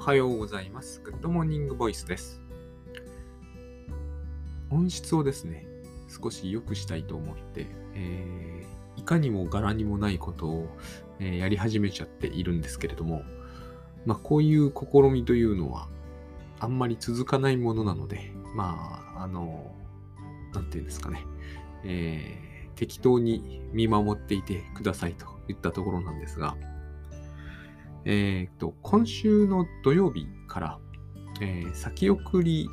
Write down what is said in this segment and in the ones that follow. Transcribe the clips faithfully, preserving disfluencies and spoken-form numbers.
はようございます。グッドモーニングボイスです。音質をですね、少し良くしたいと思って、えー、いかにも柄にもないことを、えーやり始めちゃっているんですけれども、まあこういう試みというのはあんまり続かないものなので、まあ、あの、なんていうんですかね、えー適当に見守っていてくださいといったところなんですが、えー、と、今週の土曜日から、えー先送り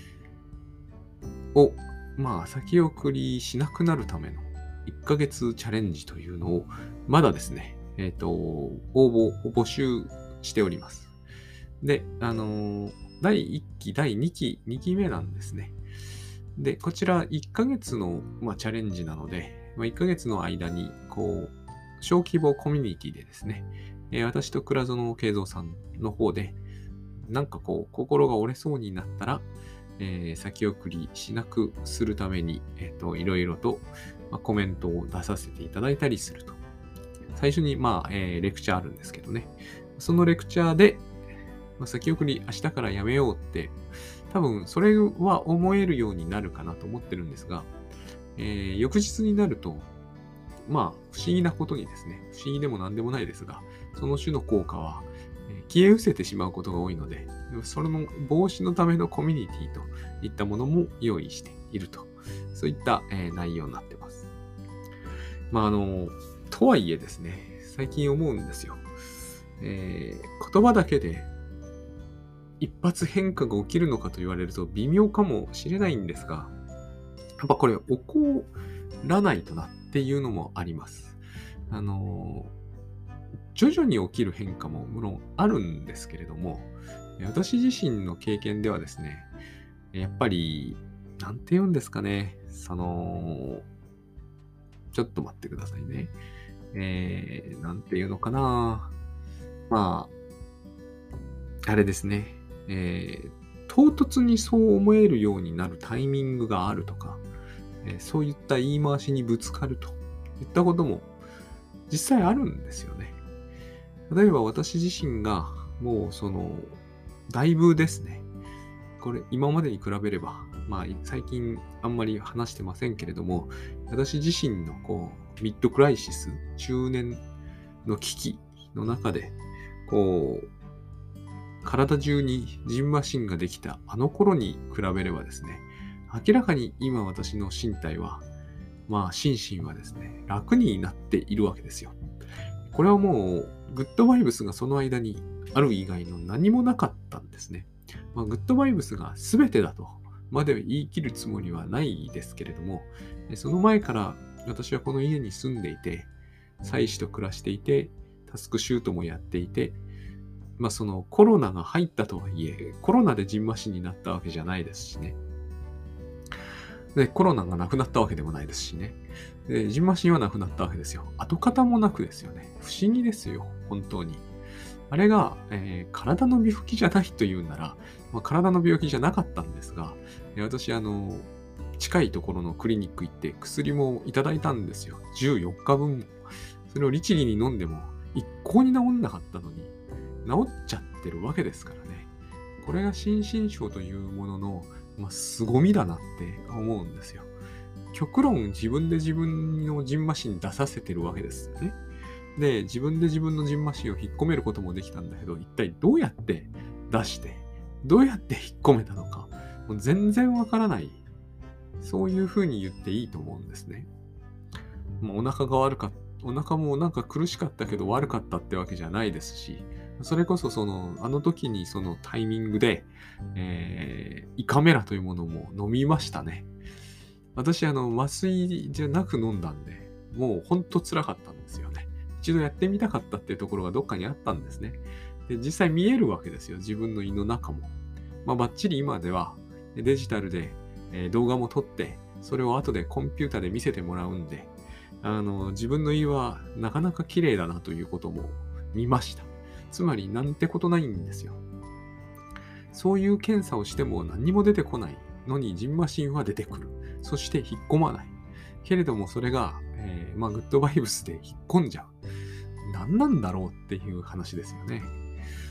を、まあ、先送りしなくなるためのいっかげつチャレンジというのを、まだですね、えっ、と、応募を募集しております。で、あのーだいいっき、だいにき、にきめなんですね。で、こちらいっかげつの、まあ、チャレンジなので、まあ、いっかげつの間に、こう、小規模コミュニティでですね、えー私と倉園慶三さんの方で、なんかこう、心が折れそうになったら、えー先送りしなくするために、えっ、と、いろいろと、まあ、コメントを出させていただいたりすると。最初に、まあ、えーレクチャーあるんですけどね。そのレクチャーで、まあ、先送り明日からやめようって、多分それは思えるようになるかなと思ってるんですが、えー翌日になると、まあ、不思議なことにですね、不思議でも何でもないですが、その種の効果は、えー消え失せてしまうことが多いので、それの防止のためのコミュニティといったものも用意していると、そういった、えー内容になってます。まあ、あの、とはいえですね、最近思うんですよ。えー言葉だけで一発変化が起きるのかと言われると微妙かもしれないんですが、やっぱこれ起こらないとなっていうのもあります。あの、徐々に起きる変化も無論あるんですけれども、私自身の経験ではですね、やっぱり、なんて言うんですかね、その、ちょっと待ってくださいね。えー、なんて言うのかな。まあ、あれですね。えー、唐突にそう思えるようになるタイミングがあるとか、えーそういった言い回しにぶつかるといったことも実際あるんですよね。例えば私自身がもうその、だいぶですね、これ今までに比べれば、まあ最近あんまり話してませんけれども、私自身のこう、ミッドクライシス、中年の危機の中で、こう、体中にジンマシンができたあの頃に比べればですね、明らかに今私の身体は、まあ心身はですね、楽になっているわけですよ。これはもう、グッドバイブスがその間にある以外の何もなかったんですね。まあ、グッドバイブスが全てだとまで言い切るつもりはないですけれども、その前から私はこの家に住んでいて、妻子と暮らしていて、タスクシュートもやっていて、まあそのコロナが入ったとはいえ、コロナでジンマシンになったわけじゃないですしね。で、コロナがなくなったわけでもないですしね。で、ジンマシンはなくなったわけですよ。跡形もなくですよね。不思議ですよ、本当に。あれが、えー体の病気じゃないというなら、まあ、体の病気じゃなかったんですが、えー私、あの、近いところのクリニック行って薬もいただいたんですよ。じゅうよっかぶんも。それを律儀に飲んでも一向に治んなかったのに、治っちゃってるわけですからね。これが心身症というものの、まあ、凄みだなって思うんですよ。極論自分で自分のジンマシン出させてるわけですよね。で、自分で自分のジンマシンを引っ込めることもできたんだけど、一体どうやって出して、どうやって引っ込めたのか、もう全然わからない。そういうふうに言っていいと思うんですね。もうお腹が悪かった、お腹もなんか苦しかったけど悪かったってわけじゃないですし、それこそその、あの時にそのタイミングで、えー、胃カメラというものも飲みましたね。私、あの、麻酔じゃなく飲んだんで、もうほんと辛かったんですよね。一度やってみたかったっていうところがどっかにあったんですね。で、実際見えるわけですよ。自分の胃の中も。まあ、バッチリ今ではデジタルで、えー動画も撮って、それを後でコンピュータで見せてもらうんで、あの、自分の胃はなかなか綺麗だなということも見ました。つまり、なんてことないんですよ。そういう検査をしても何にも出てこないのに、ジンマシンは出てくる。そして引っ込まない。けれどもそれが、えーまあ、グッドバイブスで引っ込んじゃう。何なんだろうっていう話ですよね。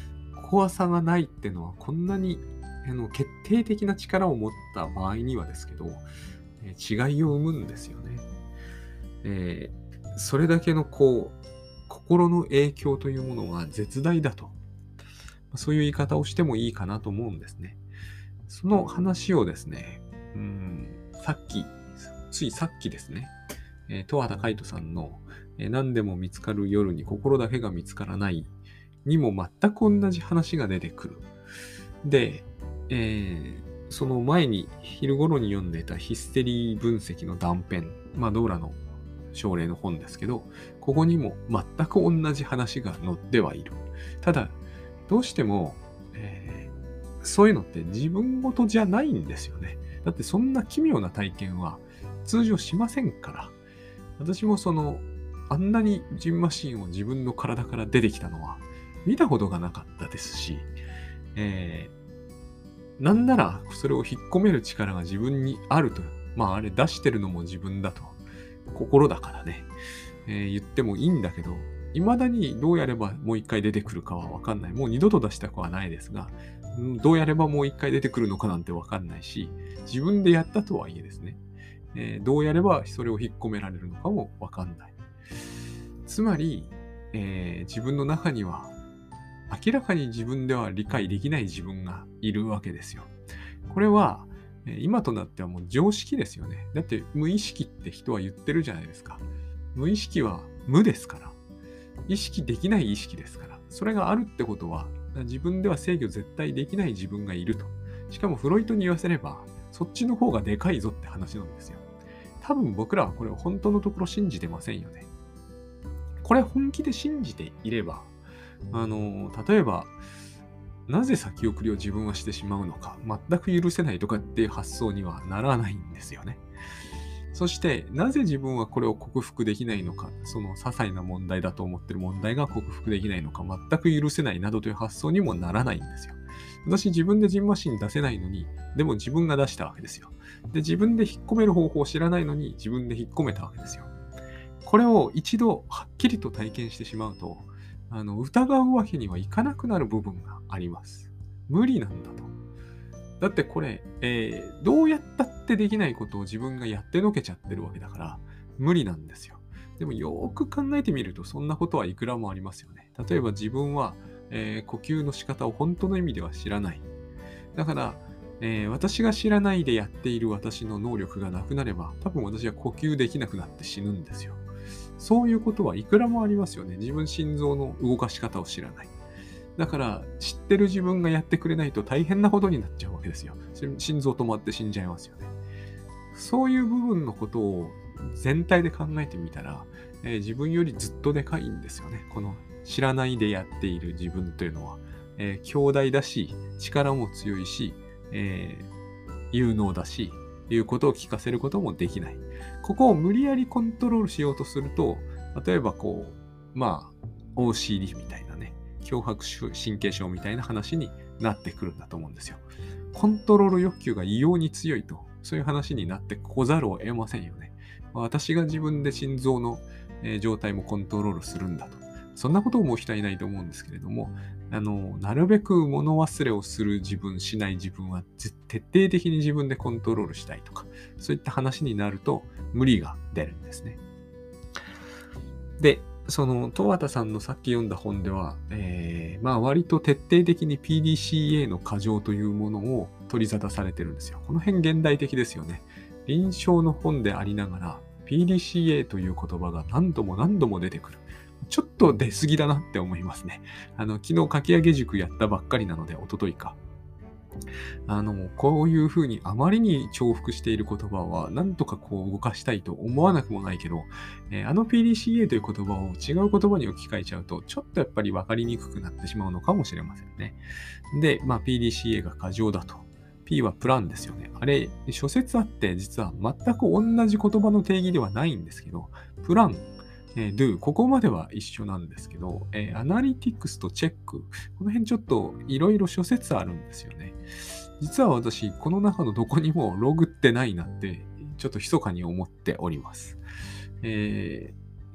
怖さがないってのは、こんなにあの決定的な力を持った場合にはですけど、えー違いを生むんですよね。えーそれだけのこう、心の影響というものが絶大だと。そういう言い方をしてもいいかなと思うんですね。その話をですね、うーん、さっき、ついさっきですね、えー、十和田海人さんの、えー何でも見つかる夜に心だけが見つからないにも全く同じ話が出てくる。で、えーその前に昼頃に読んでいたヒステリー分析の断片、まあドーラの症例の本ですけど、ここにも全く同じ話が載ってはいる。ただ、どうしても、えーそういうのって自分ごとじゃないんですよね。だってそんな奇妙な体験は通常しませんから。私もその、あんなにジンマシンを自分の体から出てきたのは見たことがなかったですし、えーなんならそれを引っ込める力が自分にあると。まああれ出してるのも自分だと。心だからね。えー言ってもいいんだけど、未だにどうやればもう一回出てくるかはわかんない。もう二度と出したくはないですが、うんどうやればもう一回出てくるのかなんてわかんないし、自分でやったとはいえですね、えーどうやればそれを引っ込められるのかもわかんない。つまり、えー自分の中には明らかに自分では理解できない自分がいるわけですよ。これは、えー今となってはもう常識ですよね。だって無意識って人は言ってるじゃないですか。無意識は無ですから。意識できない意識ですから。それがあるってことは、自分では制御絶対できない自分がいると。しかもフロイトに言わせれば、そっちの方がでかいぞって話なんですよ。多分僕らはこれを本当のところ信じてませんよね。これ本気で信じていれば、あの、例えば、なぜ先送りを自分はしてしまうのか、全く許せないとかっていう発想にはならないんですよね。そして、なぜ自分はこれを克服できないのか、その些細な問題だと思っている問題が克服できないのか、全く許せないなどという発想にもならないんですよ。私自分でジンマシン出せないのに、でも自分が出したわけですよ。で、自分で引っ込める方法を知らないのに自分で引っ込めたわけですよ。これを一度はっきりと体験してしまうと、あの疑うわけにはいかなくなる部分があります。無理なんだと。だってこれ、えーどうやったってできないことを自分がやってのけちゃってるわけだから、無理なんですよ。でもよーく考えてみると、そんなことはいくらもありますよね。例えば自分は、えー呼吸の仕方を本当の意味では知らない。だから、えー私が知らないでやっている私の能力がなくなれば、多分私は呼吸できなくなって死ぬんですよ。そういうことはいくらもありますよね。自分心臓の動かし方を知らない。だから知ってる自分がやってくれないと大変なことになっちゃうわけですよ。心臓止まって死んじゃいますよね。そういう部分のことを全体で考えてみたら、えー自分よりずっとでかいんですよね。この知らないでやっている自分というのは、えー強大だし、力も強いし、えー有能だし、いうことを聞かせることもできない。ここを無理やりコントロールしようとすると、例えばこう、まあ、オーシーディー みたいなね、強迫神経症みたいな話になってくるんだと思うんですよ。コントロール欲求が異様に強いと、そういう話になってこざるを得ませんよね。私が自分で心臓のえー状態もコントロールするんだと。そんなことを思う人はいないと思うんですけれども、あの、なるべく物忘れをする自分、しない自分は徹底的に自分でコントロールしたいとか、そういった話になると無理が出るんですね。で、その、十和田さんのさっき読んだ本では、えー、まあ割と徹底的に ピーディーシーエー の過剰というものを取り沙汰されてるんですよ。この辺現代的ですよね。臨床の本でありながら、ピーディーシーエー という言葉が何度も何度も出てくる。ちょっと出過ぎだなって思いますね。あの、昨日書き上げ塾やったばっかりなので、一昨日か。あの、こういうふうにあまりに重複している言葉は、なんとかこう動かしたいと思わなくもないけど、えーあの ピーディーシーエー という言葉を違う言葉に置き換えちゃうと、ちょっとやっぱり分かりにくくなってしまうのかもしれませんね。で、まあ ピーディーシーエー が過剰だと。P はプランですよね。あれ、諸説あって実は全く同じ言葉の定義ではないんですけど、プラン、えー do、ここまでは一緒なんですけど、えーアナリティクスとチェック、この辺ちょっといろいろ諸説あるんですよね。実は私、この中のどこにもログってないなって、ちょっと密かに思っております。えー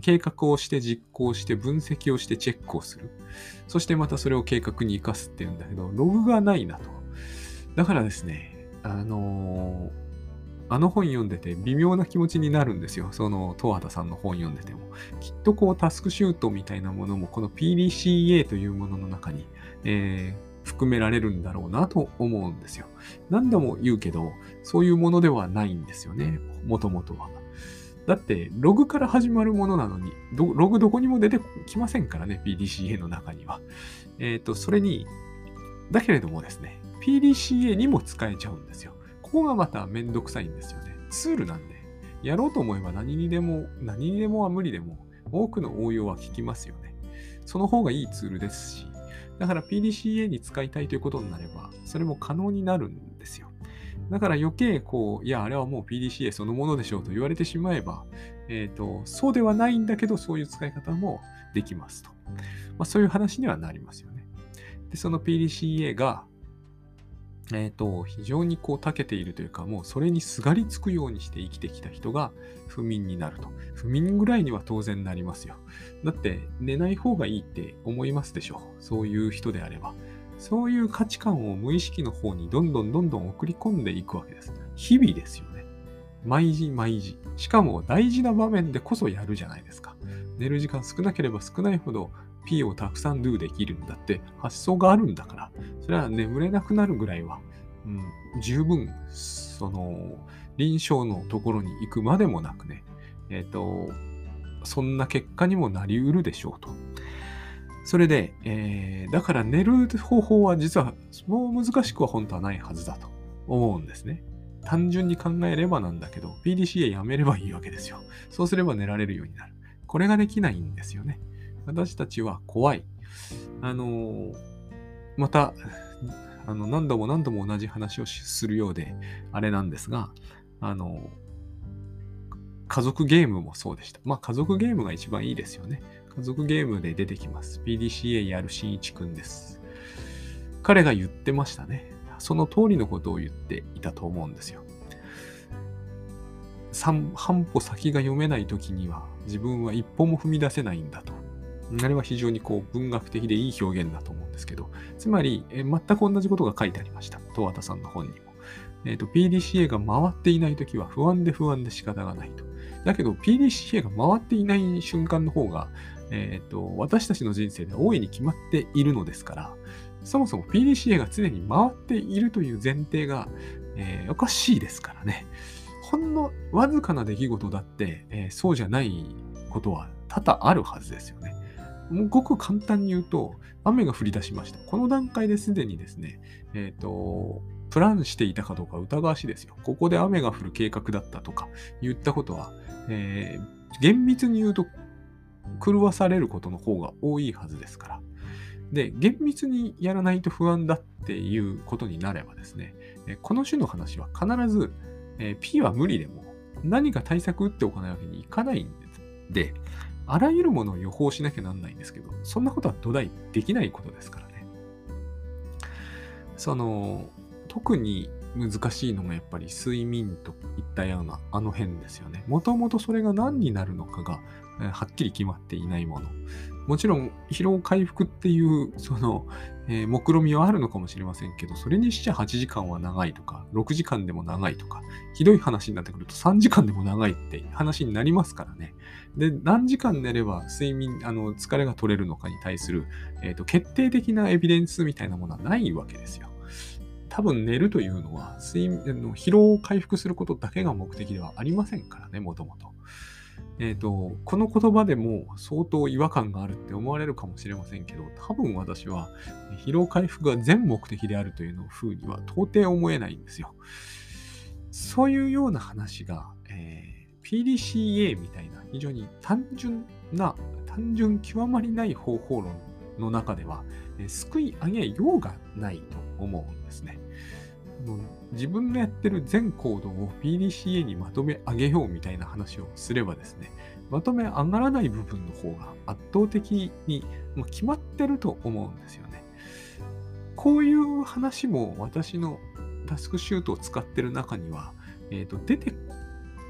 計画をして実行して分析をしてチェックをする。そしてまたそれを計画に生かすっていうんだけど、ログがないなと。だからですね、あのーあの本読んでて微妙な気持ちになるんですよ。その、十和田さんの本読んでても。きっとこう、タスクシュートみたいなものも、この ピーディーシーエー というものの中に、えー、含められるんだろうなと思うんですよ。何度も言うけど、そういうものではないんですよね。もともとは。だって、ログから始まるものなのに、どログどこにも出てきませんからね、ピーディーシーエー の中には。えっと、それに、だけれどもですね、ピーディーシーエー にも使えちゃうんですよ。ここがまためんどくさいんですよね。ツールなんで、やろうと思えば何にでも、何にでもは無理でも、多くの応用は効きますよね。その方がいいツールですし、だから ピーディーシーエー に使いたいということになれば、それも可能になるんですよ。だから余計こう、いや、あれはもう ピーディーシーエー そのものでしょうと言われてしまえば、えっと、そうではないんだけど、そういう使い方もできますと。まあ、そういう話にはなりますよね。で、その ピーディーシーエー が、えっと、非常にこう長けているというか、もうそれにすがりつくようにして生きてきた人が不眠になると。不眠ぐらいには当然なりますよ。だって寝ない方がいいって思いますでしょう。そういう人であれば。そういう価値観を無意識の方にどんどんどんどん送り込んでいくわけです。日々ですよね。毎時毎時。しかも大事な場面でこそやるじゃないですか。寝る時間少なければ少ないほど P をたくさん do できるんだって発想があるんだから、それは眠れなくなるぐらいは、うん、十分、その、臨床のところに行くまでもなくね、えっと、そんな結果にもなり得るでしょうと。それで、えー、だから寝る方法は実はもう難しくは本当はないはずだと思うんですね。単純に考えればなんだけど、ピーディーシーエー やめればいいわけですよ。そうすれば寝られるようになる。これができないんですよね。私たちは怖い。あのー、また、あの、何度も何度も同じ話をするようで、あれなんですが、あのー、家族ゲームもそうでした。まあ、家族ゲームが一番いいですよね。家族ゲームで出てきます。ピーディーシーエー やるしんいちくんです。彼が言ってましたね。その通りのことを言っていたと思うんですよ。半歩先が読めない時には自分は一歩も踏み出せないんだと。あれは非常にこう文学的でいい表現だと思うんですけど、つまりえ全く同じことが書いてありました。十和田さんの本にも。えっと、ピーディーシーエー が回っていない時は不安で不安で仕方がないと。だけど ピーディーシーエー が回っていない瞬間の方が、えっと、私たちの人生で大いに決まっているのですから、そもそも ピーディーシーエー が常に回っているという前提が、えー、おかしいですからね。ほんのわずかな出来事だって、えー、そうじゃないことは多々あるはずですよね。もうごく簡単に言うと、雨が降り出しました。この段階ですでにですね、えっと、プランしていたかどうか疑わしいですよ。ここで雨が降る計画だったとか言ったことは、えー、厳密に言うと狂わされることの方が多いはずですから。で、厳密にやらないと不安だっていうことになればですね、この種の話は必ず、えー、P は無理でも何か対策打っておかないわけにいかないんで、あらゆるものを予報しなきゃなんないんですけど、そんなことは土台できないことですからね。その、特に難しいのがやっぱり睡眠といったようなあの辺ですよね。もともとそれが何になるのかが、えー、はっきり決まっていないもの。もちろん疲労回復っていうその、えー、目論見みはあるのかもしれませんけど、それにしちゃはちじかんは長いとか、ろくじかんでも長いとか、ひどい話になってくるとさんじかんでも長いって話になりますからね。で、何時間寝れば睡眠、あの疲れが取れるのかに対する、えーと、決定的なエビデンスみたいなものはないわけですよ。多分寝るというのは睡眠の疲労を回復することだけが目的ではありませんからね、もともと。えっと、この言葉でも相当違和感があるって思われるかもしれませんけど、多分私は疲労回復が全目的であるというの風には到底思えないんですよ。そういうような話が、えー、ピーディーシーエー みたいな非常に単純な、単純極まりない方法論の中では、えー、救い上げようがないと思うんですね。もう自分のやってる全行動を ピーディーシーエー にまとめ上げようみたいな話をすればですね、まとめ上がらない部分の方が圧倒的にもう決まってると思うんですよね。こういう話も私のタスクシュートを使ってる中には、えーと、出て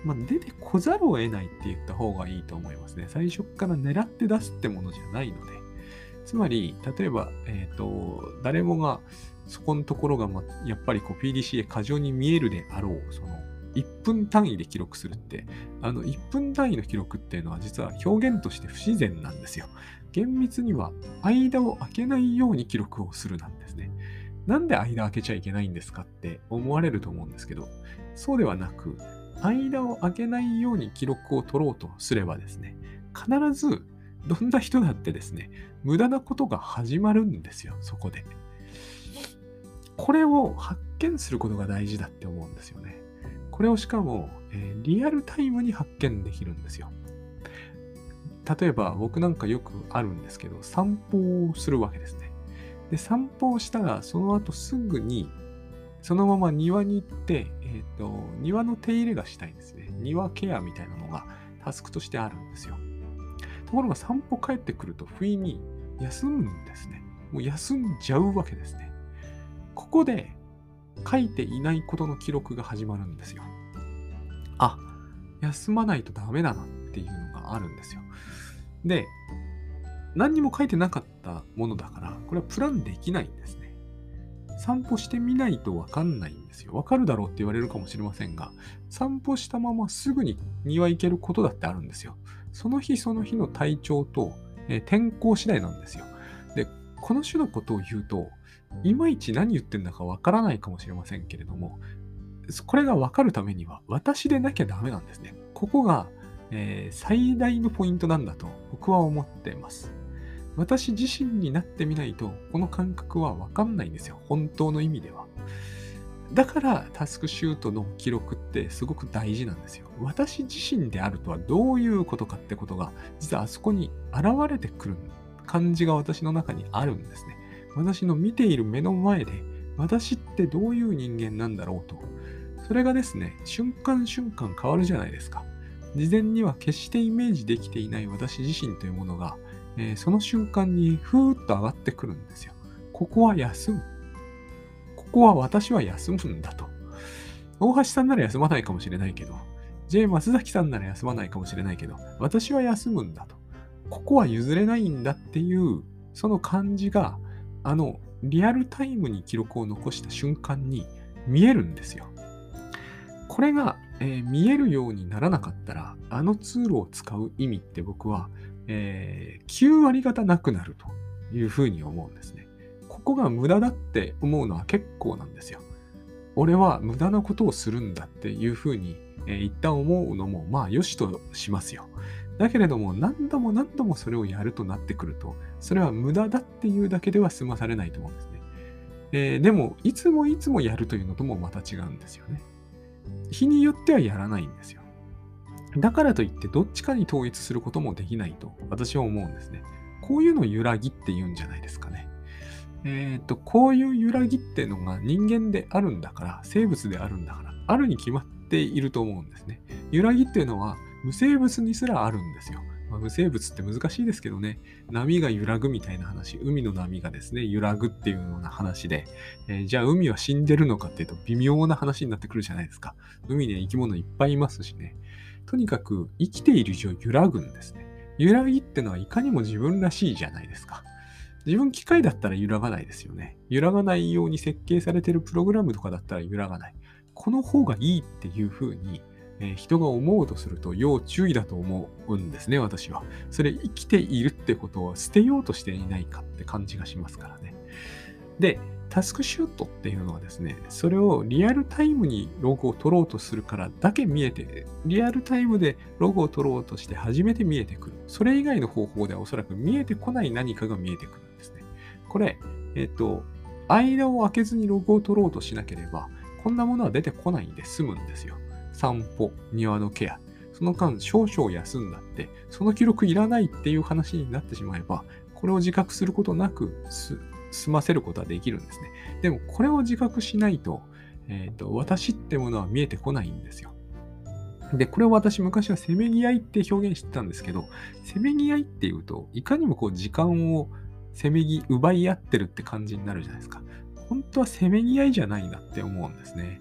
まあ、出てこざるを得ないって言った方がいいと思いますね。最初から狙って出すってものじゃないので。つまり、例えば、えっと、誰もが、そこのところが、ま、やっぱりこう ピーディーシーエー 過剰に見えるであろう、その、いっぷん単位で記録するって、あの、いっぷん単位の記録っていうのは実は表現として不自然なんですよ。厳密には、間を空けないように記録をするなんですね。なんで間空けちゃいけないんですかって思われると思うんですけど、そうではなく、間を空けないように記録を取ろうとすればですね、必ずどんな人だってですね、無駄なことが始まるんですよ、そこで。これを発見することが大事だって思うんですよね。これをしかも、えーリアルタイムに発見できるんですよ。例えば僕なんかよくあるんですけど、散歩をするわけですね。で、散歩をしたら、その後すぐに、そのまま庭に行って、えっと、庭の手入れがしたいんですね。庭ケアみたいなのがタスクとしてあるんですよ。ところが散歩帰ってくると、不意に休むんですね。もう休んじゃうわけですね。ここで書いていないことの記録が始まるんですよ。あ、休まないとダメだなっていうのがあるんですよ。で、何にも書いてなかったものだから、これはプランできないんですね。散歩してみないとわかんないんですよ。わかるだろうって言われるかもしれませんが、散歩したまますぐに庭行けることだってあるんですよ。その日その日の体調と、えー天候次第なんですよ。で、この種のことを言うと、いまいち何言ってんだかわからないかもしれませんけれども、これがわかるためには私でなきゃダメなんですね。ここが、えー最大のポイントなんだと僕は思っています。私自身になってみないと、この感覚はわかんないんですよ。本当の意味では。だから、タスクシュートの記録ってすごく大事なんですよ。私自身であるとはどういうことかってことが、実はあそこに現れてくる感じが私の中にあるんですね。私の見ている目の前で、私ってどういう人間なんだろうと。それがですね、瞬間瞬間変わるじゃないですか。事前には決してイメージできていない私自身というものが、えーその瞬間にふーっと上がってくるんですよ。ここは休む。ここは私は休むんだと。大橋さんなら休まないかもしれないけど、J 松崎さんなら休まないかもしれないけど、私は休むんだと。ここは譲れないんだっていう、その感じが、あの、リアルタイムに記録を残した瞬間に見えるんですよ。これが、えー見えるようにならなかったら、あのツールを使う意味って僕は、えーきゅう割方なくなるというふうに思うんですね。ここが無駄だって思うのは結構なんですよ。俺は無駄なことをするんだっていうふうに、えー一旦思うのも、まあ、良しとしますよ。だけれども、何度も何度もそれをやるとなってくると、それは無駄だっていうだけでは済まされないと思うんですね。えーでも、いつもいつもやるというのともまた違うんですよね。日によってはやらないんですよ。だからといってどっちかに統一することもできないと私は思うんですね。こういうのを揺らぎって言うんじゃないですかね。えっと、こういう揺らぎっていうのが人間であるんだから、生物であるんだから、あるに決まっていると思うんですね。揺らぎっていうのは無生物にすらあるんですよ。まあ、無生物って難しいですけどね、波が揺らぐみたいな話、海の波がですね、揺らぐっていうような話で、えーじゃあ海は死んでるのかっていうと微妙な話になってくるじゃないですか。海には生き物いっぱいいますしね。とにかく生きている以上揺らぐんですね。揺らぎってのはいかにも自分らしいじゃないですか。自分機械だったら揺らがないですよね。揺らがないように設計されているプログラムとかだったら揺らがない。この方がいいっていうふうに、えー人が思うとすると要注意だと思うんですね、私は。それ生きているってことを捨てようとしていないかって感じがしますからね。で、タスクシュートっていうのはですね、それをリアルタイムにログを取ろうとするからだけ見えて、リアルタイムでログを取ろうとして初めて見えてくる。それ以外の方法ではおそらく見えてこない何かが見えてくるんですね。これ、えっと、間を空けずにログを取ろうとしなければ、こんなものは出てこないんで済むんですよ。散歩、庭のケア。その間少々休んだって、その記録いらないっていう話になってしまえば、これを自覚することなくす済ませることはできるんですね。でもこれを自覚しないと、えっと、私ってものは見えてこないんですよ。で、これを私昔はせめぎ合いって表現してたんですけど、せめぎ合いっていうと、いかにもこう時間をせめぎ、奪い合ってるって感じになるじゃないですか。本当はせめぎ合いじゃないなって思うんですね。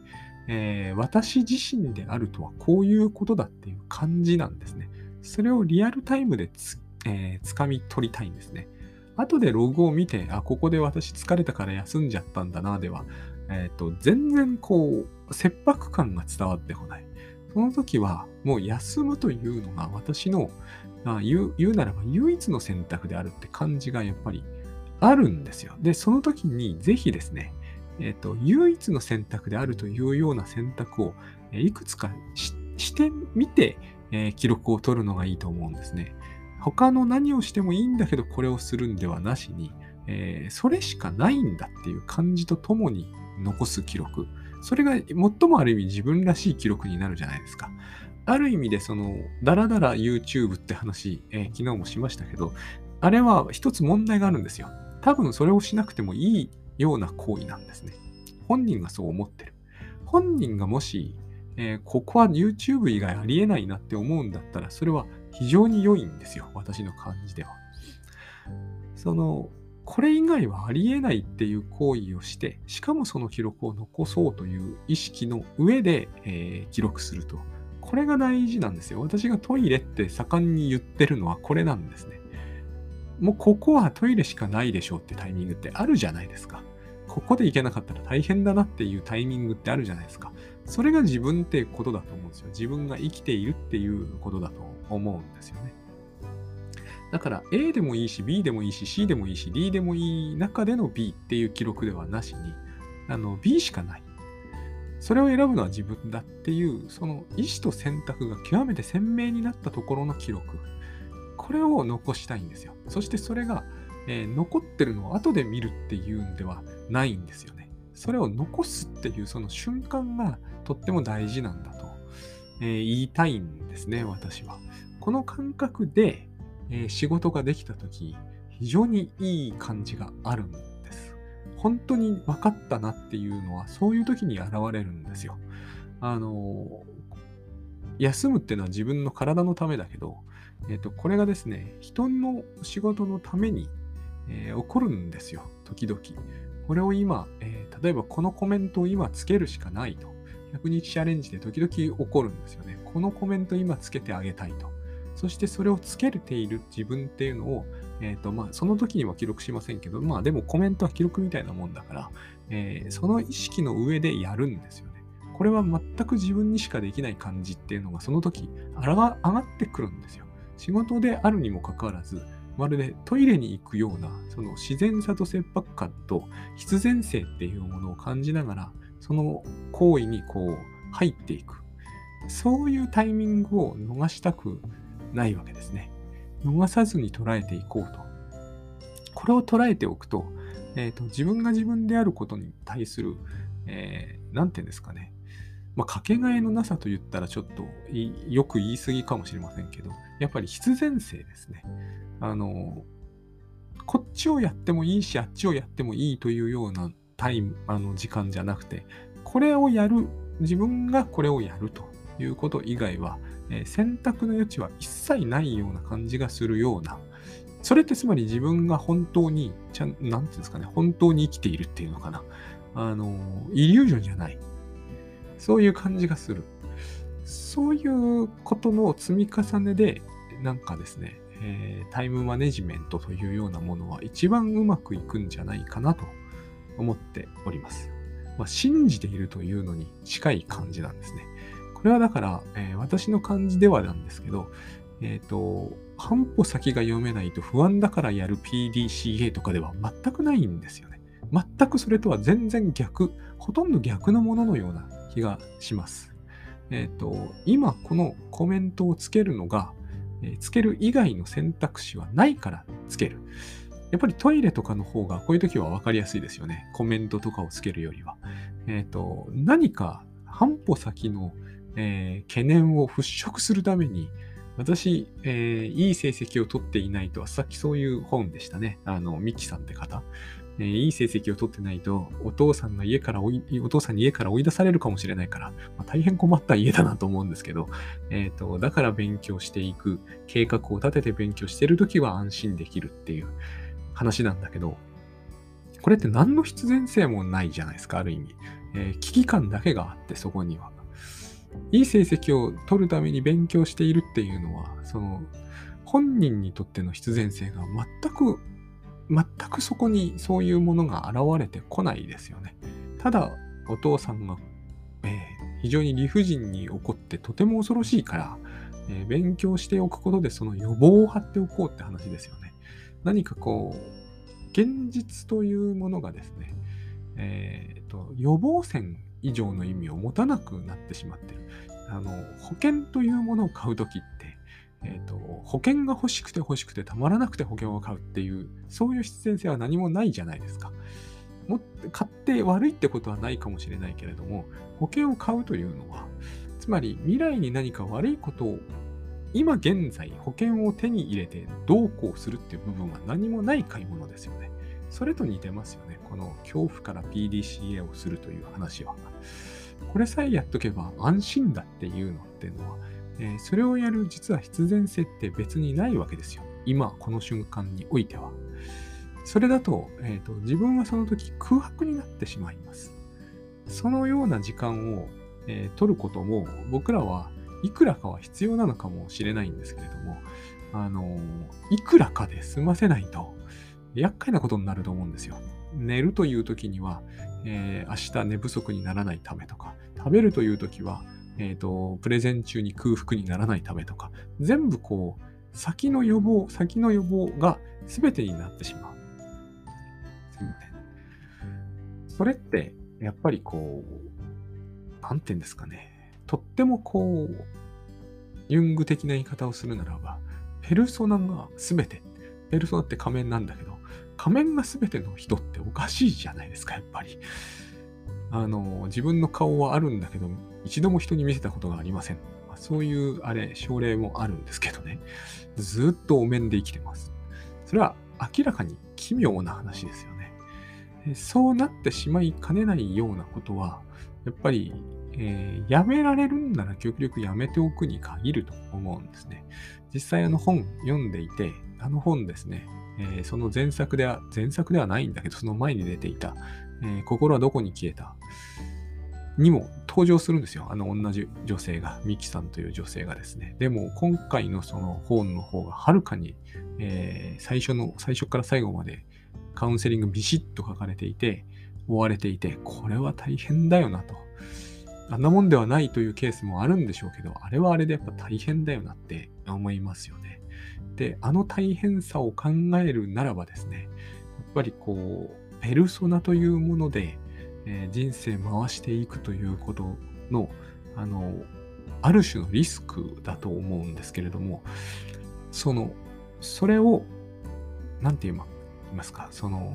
えー私自身であるとはこういうことだっていう感じなんですね。それをリアルタイムでつ、えー掴み取りたいんですね。後でログを見て、あ、ここで私疲れたから休んじゃったんだな、では、えっと、全然こう、切迫感が伝わってこない。その時は、もう休むというのが私の、あ言う、言うならば唯一の選択であるって感じがやっぱりあるんですよ。で、その時にぜひですね、えっと、唯一の選択であるというような選択をえーいくつかししてみて、えー記録を取るのがいいと思うんですね。他の何をしてもいいんだけどこれをするんではなしに、えーそれしかないんだっていう感じとともに残す記録。それが最もある意味自分らしい記録になるじゃないですか。ある意味でその、だらだら YouTube って話、えー昨日もしましたけど、あれは一つ問題があるんですよ。多分それをしなくてもいいような行為なんですね。本人がそう思ってる。本人がもし、えーここは YouTube 以外ありえないなって思うんだったら、それは非常に良いんですよ。私の感じでは。その、これ以外はありえないっていう行為をして、しかもその記録を残そうという意識の上で、えー記録すると。これが大事なんですよ。私がトイレって盛んに言ってるのはこれなんですね。もうここはトイレしかないでしょうってタイミングってあるじゃないですか。ここで行けなかったら大変だなっていうタイミングってあるじゃないですか。それが自分ってことだと思うんですよ。自分が生きているっていうことだと思うんですよね。だから A でもいいし B でもいいし C でもいいし D でもいい中での B っていう記録ではなしに、あの B しかない。それを選ぶのは自分だっていう、その意思と選択が極めて鮮明になったところの記録。これを残したいんですよ。そしてそれが、えー残ってるのを後で見るっていうんではないんですよね。それを残すっていうその瞬間がとっても大事なんだと、えー言いたいんですね、私は。この感覚で、えー仕事ができたとき、非常にいい感じがあるんです。本当に分かったなっていうのは、そういう時に現れるんですよ。あのー休むっていうのは自分の体のためだけど、えっと、これがですね、人の仕事のために、えー起こるんですよ、時々。これを今、えー例えばこのコメントを今つけるしかないと。ひゃくにちチャレンジで時々起こるんですよね。このコメント今つけてあげたいと。そしてそれをつけれている自分っていうのを、えっと、まあ、その時には記録しませんけど、まあ、でもコメントは記録みたいなもんだから、えーその意識の上でやるんですよね。これは全く自分にしかできない感じっていうのがその時上が上がってくるんですよ。仕事であるにもかかわらず、まるでトイレに行くような、その自然さと切迫感と必然性っていうものを感じながら、その行為にこう入っていく。そういうタイミングを逃したくないわけですね。逃さずに捉えていこうと。これを捉えておくと、えーと、自分が自分であることに対する、えー、なんていうんですかね。まあ、かけがえのなさと言ったらちょっといよく言い過ぎかもしれませんけど、やっぱり必然性ですね。あの、こっちをやってもいいし、あっちをやってもいいというようなタイム、あの時間じゃなくて、これをやる、自分がこれをやるということ以外は、えー選択の余地は一切ないような感じがするような、それってつまり自分が本当に、ちゃん、なんていうんですかね、本当に生きているっていうのかな。あの、イリュージョンじゃない。そういう感じがする。そういうことの積み重ねで、なんかですね、えータイムマネジメントというようなものは一番うまくいくんじゃないかなと思っております。まあ、信じているというのに近い感じなんですね。これはだから、えー私の感じではなんですけど、えっと、半歩先が読めないと不安だからやる ピーディーシーエー とかでは全くないんですよね。全くそれとは全然逆、ほとんど逆のもののような気がします。えっと、今このコメントをつけるのが、えーつける以外の選択肢はないからつける。やっぱりトイレとかの方がこういう時は分かりやすいですよね。コメントとかをつけるよりは。えっと、何か半歩先の、えー懸念を払拭するために、私、えーいい成績を取っていないと、さっきそういう本でしたね。あの、ミキさんって方。えーいい成績を取ってないと、お父さんが家から追い、お父さんに家から追い出されるかもしれないから、まあ、大変困った家だなと思うんですけど、えっと、だから勉強していく、計画を立てて勉強しているときは安心できるっていう話なんだけど、これって何の必然性もないじゃないですか、ある意味。 えー危機感だけがあって、そこには。いい成績を取るために勉強しているっていうのは、その、本人にとっての必然性が全く、全くそこにそういうものが現れてこないですよね。ただ、お父さんが、えー非常に理不尽に怒ってとても恐ろしいから、えー勉強しておくことでその予防を張っておこうって話ですよね。何かこう、現実というものがですね、えーと、予防線以上の意味を持たなくなってしまってる。あの、保険というものを買うときって、えーと、保険が欲しくて欲しくてたまらなくて保険を買うっていう、そういう必然性は何もないじゃないですか。もっ買って悪いってことはないかもしれないけれども、保険を買うというのは、つまり未来に何か悪いことを今現在保険を手に入れてどうこうするっていう部分は何もない買い物ですよね。それと似てますよね。この恐怖から ピーディーシーエー をするという話は。これさえやっとけば安心だっていうのっていうのは、えーそれをやる実は必然性って別にないわけですよ。今、この瞬間においては。それだと、えーと、自分はその時空白になってしまいます。そのような時間を、えー取ることも僕らはいくらかは必要なのかもしれないんですけれども、あのーいくらかで済ませないと厄介なことになると思うんですよ。寝るという時には、えー明日寝不足にならないためとか、食べるという時は、えーと、プレゼン中に空腹にならないためとか、全部こう、先の予防、先の予防が全てになってしまう。すいません。それって、やっぱりこう、なんて言うんですかね。とってもこう、ユング的な言い方をするならば、ペルソナが全て。ペルソナって仮面なんだけど、仮面が全ての人っておかしいじゃないですか、やっぱり。あの、自分の顔はあるんだけど、一度も人に見せたことがありません。まあそういう、あれ、症例もあるんですけどね。ずっとお面で生きてます。それは明らかに奇妙な話ですよね。えそうなってしまいかねないようなことは、やっぱり、えーやめられるんなら極力やめておくに限ると思うんですね。実際あの本読んでいて、あの本ですね、えーその前作では、前作ではないんだけど、その前に出ていた、えー心はどこに消えたにも登場するんですよ。あの同じ女性が、ミキさんという女性がですね。でも今回のその本の方がはるかに、えー最初の、最初から最後までカウンセリングビシッと書かれていて、追われていて、これは大変だよなと。あんなもんではないというケースもあるんでしょうけど、あれはあれでやっぱ大変だよなって思いますよね。で、あの大変さを考えるならばですね、やっぱりこう、ペルソナというもので、えー人生回していくということの、あの、ある種のリスクだと思うんですけれども、その、それを、なんて言いま言いますか、その、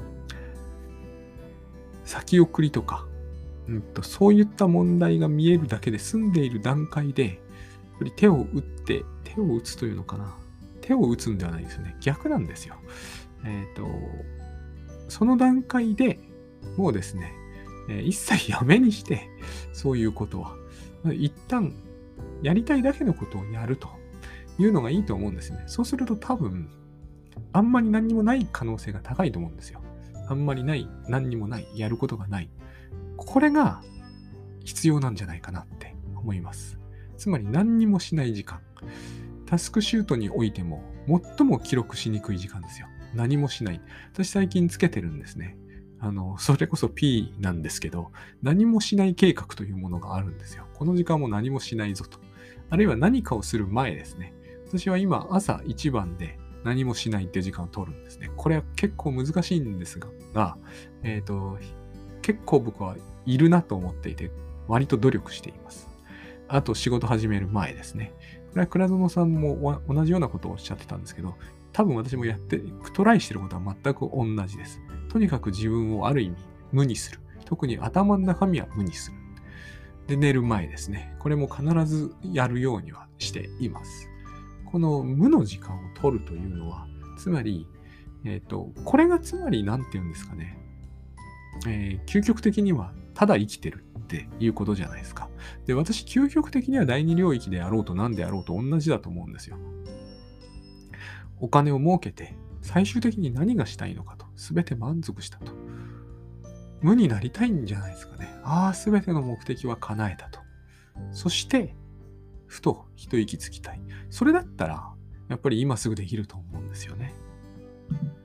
先送りとか、うんと、そういった問題が見えるだけで済んでいる段階で、やっぱり手を打って、手を打つというのかな。手を打つんではないですよね。逆なんですよ。えっと、その段階でもうですね、えー一切やめにして、そういうことは、一旦やりたいだけのことをやるというのがいいと思うんですよね。そうすると多分、あんまり何にもない可能性が高いと思うんですよ。あんまりない、何にもない、やることがない。これが必要なんじゃないかなって思います。つまり何にもしない時間。タスクシュートにおいても最も記録しにくい時間ですよ。何もしない。私最近つけてるんですね。あの、それこそ P なんですけど、何もしない計画というものがあるんですよ。この時間も何もしないぞと。あるいは何かをする前ですね。私は今朝一番で何もしないっていう時間を取るんですね。これは結構難しいんですが、がえっと、結構僕はいるなと思っていて、割と努力しています。あと仕事始める前ですね。これは倉園さんも同じようなことをおっしゃってたんですけど、多分私もやって、トライしてることは全く同じです。とにかく自分をある意味無にする。特に頭の中身は無にする。で、寝る前ですね。これも必ずやるようにはしています。この無の時間を取るというのは、つまり、えっと、これがつまり何て言うんですかね。えー究極的にはただ生きてるっていうことじゃないですか。で、私、究極的には第二領域であろうと何であろうと同じだと思うんですよ。お金を儲けて、最終的に何がしたいのかと、すべて満足したと。 無になりたいんじゃないですかね。ああ、すべての目的は叶えたと。そして、ふと一息つきたい。それだったら、やっぱり今すぐできると思うんですよね。